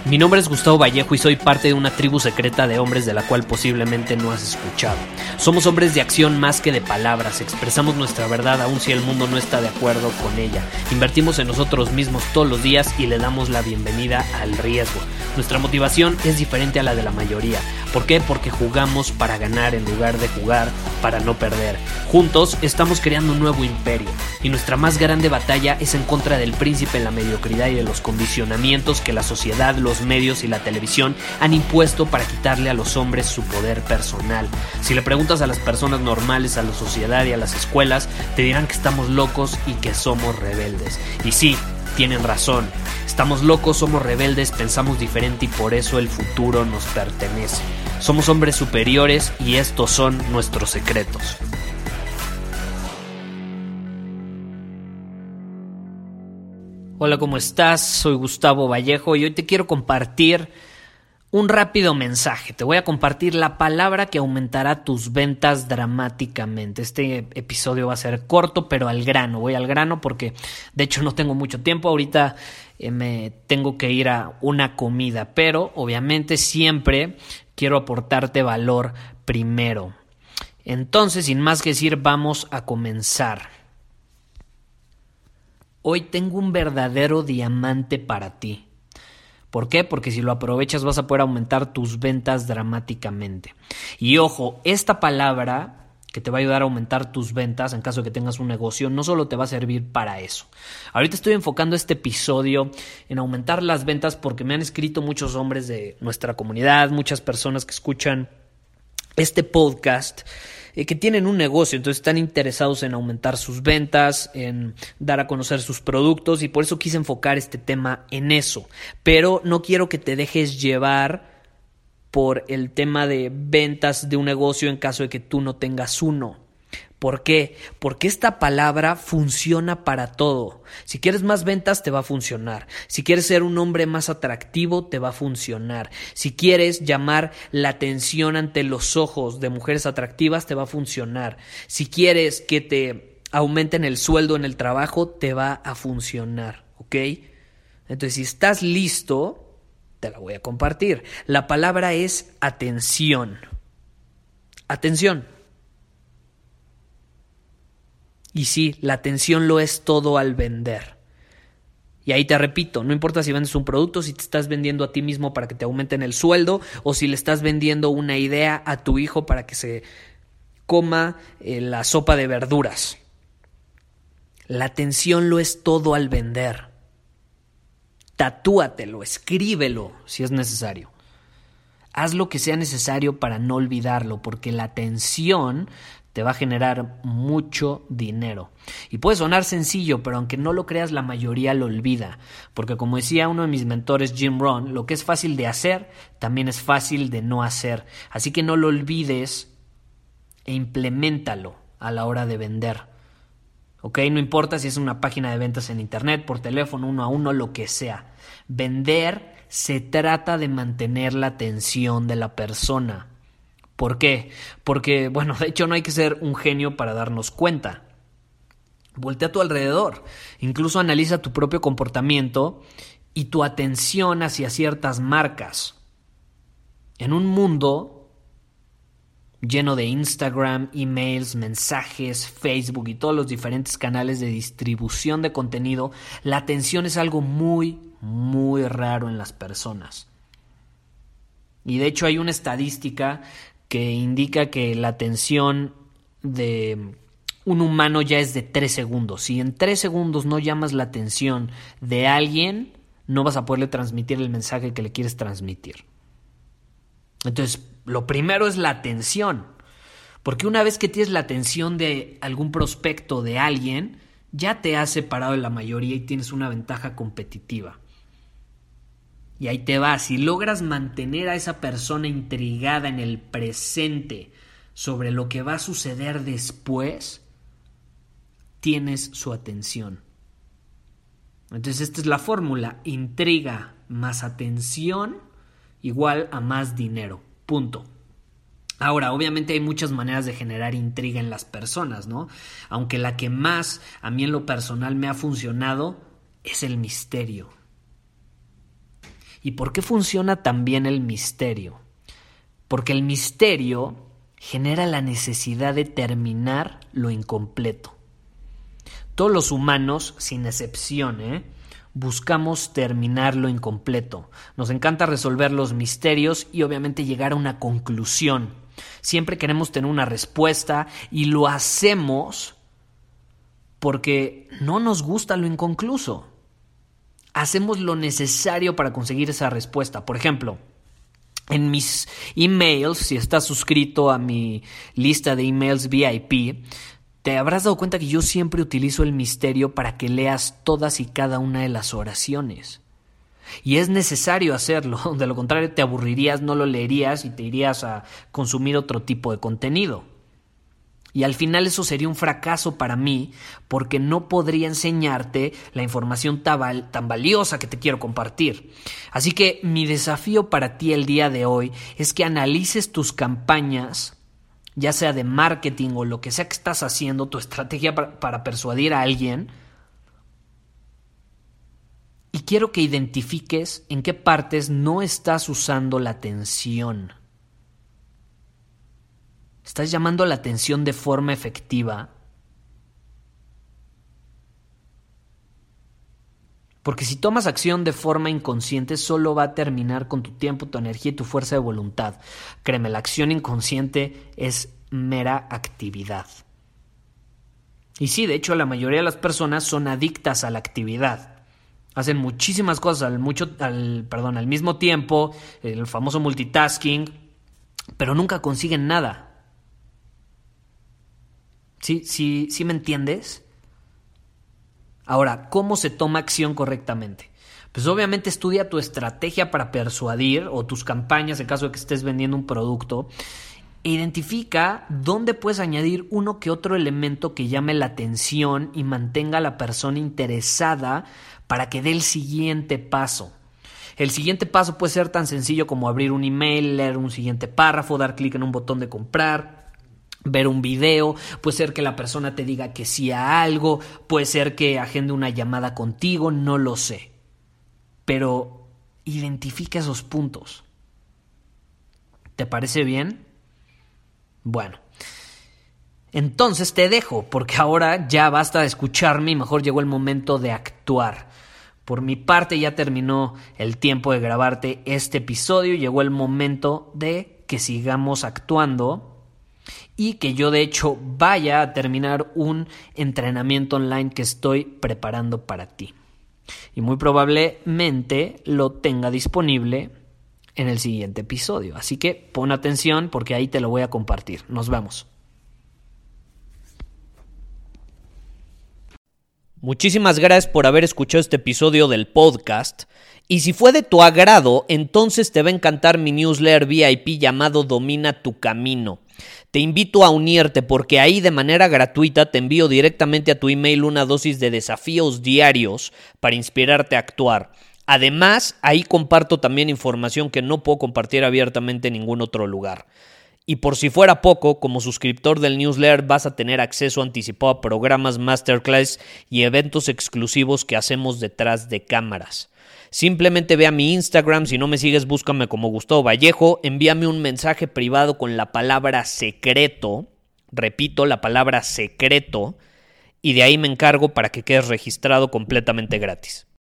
Mi nombre es Gustavo Vallejo y soy parte de una tribu secreta de hombres de la cual posiblemente no has escuchado. Somos hombres de acción más que de palabras, expresamos nuestra verdad aun si el mundo no está de acuerdo con ella. Invertimos en nosotros mismos todos los días y le damos la bienvenida al riesgo. Nuestra motivación es diferente a la de la mayoría. ¿Por qué? Porque jugamos para ganar en lugar de jugar para no perder. Juntos estamos creando un nuevo imperio y nuestra más grande batalla es en contra del príncipe, la mediocridad y de los condicionamientos que la sociedad, los medios y la televisión han impuesto para quitarle a los hombres su poder personal. Si le preguntas a las personas normales, a la sociedad y a las escuelas, te dirán que estamos locos y que somos rebeldes. Y sí, tienen razón. Estamos locos, somos rebeldes, pensamos diferente y por eso el futuro nos pertenece. Somos hombres superiores y estos son nuestros secretos. Hola, ¿cómo estás? Soy Gustavo Vallejo y hoy te quiero compartir un rápido mensaje. Te voy a compartir la palabra que aumentará tus ventas dramáticamente. Este episodio va a ser corto, pero al grano. Voy al grano porque de hecho no tengo mucho tiempo. Ahorita me tengo que ir a una comida, pero obviamente siempre quiero aportarte valor primero. Entonces, sin más que decir, vamos a comenzar. Hoy tengo un verdadero diamante para ti. ¿Por qué? Porque si lo aprovechas vas a poder aumentar tus ventas dramáticamente. Y ojo, esta palabra que te va a ayudar a aumentar tus ventas en caso de que tengas un negocio, no solo te va a servir para eso. Ahorita estoy enfocando este episodio en aumentar las ventas porque me han escrito muchos hombres de nuestra comunidad, muchas personas que escuchan este podcast, que tienen un negocio, entonces están interesados en aumentar sus ventas, en dar a conocer sus productos y por eso quise enfocar este tema en eso. Pero no quiero que te dejes llevar por el tema de ventas de un negocio en caso de que tú no tengas uno. ¿Por qué? Porque esta palabra funciona para todo. Si quieres más ventas, te va a funcionar. Si quieres ser un hombre más atractivo, te va a funcionar. Si quieres llamar la atención ante los ojos de mujeres atractivas, te va a funcionar. Si quieres que te aumenten el sueldo en el trabajo, te va a funcionar, ¿ok? Entonces, si estás listo, te la voy a compartir. La palabra es atención. Atención. Y sí, la atención lo es todo al vender. Y ahí te repito, no importa si vendes un producto, si te estás vendiendo a ti mismo para que te aumenten el sueldo o si le estás vendiendo una idea a tu hijo para que se coma la sopa de verduras. La atención lo es todo al vender. Tatúatelo, escríbelo si es necesario. Haz lo que sea necesario para no olvidarlo, porque la atención te va a generar mucho dinero. Y puede sonar sencillo, pero aunque no lo creas, la mayoría lo olvida. Porque como decía uno de mis mentores, Jim Rohn, lo que es fácil de hacer, también es fácil de no hacer. Así que no lo olvides e impleméntalo a la hora de vender. ¿Ok? No importa si es una página de ventas en internet, por teléfono, uno a uno, lo que sea. Vender se trata de mantener la atención de la persona. ¿Por qué? Porque, bueno, de hecho no hay que ser un genio para darnos cuenta. Voltea a tu alrededor, incluso analiza tu propio comportamiento y tu atención hacia ciertas marcas. En un mundo lleno de Instagram, emails, mensajes, Facebook y todos los diferentes canales de distribución de contenido, la atención es algo muy, muy raro en las personas. Y de hecho hay una estadística que indica que la atención de un humano ya es de 3 segundos. Si en 3 segundos no llamas la atención de alguien, no vas a poderle transmitir el mensaje que le quieres transmitir. Entonces, lo primero es la atención. Porque una vez que tienes la atención de algún prospecto, de alguien, ya te has separado de la mayoría y tienes una ventaja competitiva. Y ahí te va, si logras mantener a esa persona intrigada en el presente sobre lo que va a suceder después, tienes su atención. Entonces esta es la fórmula, intriga más atención igual a más dinero, punto. Ahora, obviamente hay muchas maneras de generar intriga en las personas, ¿no? Aunque la que más a mí en lo personal me ha funcionado es el misterio. ¿Y por qué funciona tan bien el misterio? Porque el misterio genera la necesidad de terminar lo incompleto. Todos los humanos, sin excepción, buscamos terminar lo incompleto. Nos encanta resolver los misterios y obviamente llegar a una conclusión. Siempre queremos tener una respuesta y lo hacemos porque no nos gusta lo inconcluso. Hacemos lo necesario para conseguir esa respuesta. Por ejemplo, en mis emails, si estás suscrito a mi lista de emails VIP, te habrás dado cuenta que yo siempre utilizo el misterio para que leas todas y cada una de las oraciones. Y es necesario hacerlo, de lo contrario te aburrirías, no lo leerías y te irías a consumir otro tipo de contenido. Y al final eso sería un fracaso para mí porque no podría enseñarte la información tan valiosa que te quiero compartir. Así que mi desafío para ti el día de hoy es que analices tus campañas, ya sea de marketing o lo que sea que estás haciendo, tu estrategia para persuadir a alguien. Y quiero que identifiques en qué partes no estás usando la atención. ¿Estás llamando la atención de forma efectiva? Porque si tomas acción de forma inconsciente, solo va a terminar con tu tiempo, tu energía y tu fuerza de voluntad. Créeme, la acción inconsciente es mera actividad. Y sí, de hecho, la mayoría de las personas son adictas a la actividad. Hacen muchísimas cosas al mismo tiempo, el famoso multitasking, pero nunca consiguen nada. ¿Sí me entiendes? Ahora, ¿cómo se toma acción correctamente? Pues obviamente estudia tu estrategia para persuadir o tus campañas en caso de que estés vendiendo un producto e identifica dónde puedes añadir uno que otro elemento que llame la atención y mantenga a la persona interesada para que dé el siguiente paso. El siguiente paso puede ser tan sencillo como abrir un email, leer un siguiente párrafo, dar clic en un botón de comprar, ver un video, puede ser que la persona te diga que sí a algo, puede ser que agende una llamada contigo, no lo sé. Pero identifica esos puntos. ¿Te parece bien? Bueno, entonces te dejo, porque ahora ya basta de escucharme y mejor llegó el momento de actuar. Por mi parte ya terminó el tiempo de grabarte este episodio, llegó el momento de que sigamos actuando y que yo de hecho vaya a terminar un entrenamiento online que estoy preparando para ti. Y muy probablemente lo tenga disponible en el siguiente episodio. Así que pon atención porque ahí te lo voy a compartir. Nos vemos. Muchísimas gracias por haber escuchado este episodio del podcast. Y si fue de tu agrado, entonces te va a encantar mi newsletter VIP llamado Domina tu Camino. Te invito a unirte porque ahí de manera gratuita te envío directamente a tu email una dosis de desafíos diarios para inspirarte a actuar. Además, ahí comparto también información que no puedo compartir abiertamente en ningún otro lugar. Y por si fuera poco, como suscriptor del newsletter vas a tener acceso anticipado a programas, masterclass y eventos exclusivos que hacemos detrás de cámaras. Simplemente ve a mi Instagram, si no me sigues búscame como Gustavo Vallejo, envíame un mensaje privado con la palabra secreto, repito, la palabra secreto, y de ahí me encargo para que quedes registrado completamente gratis.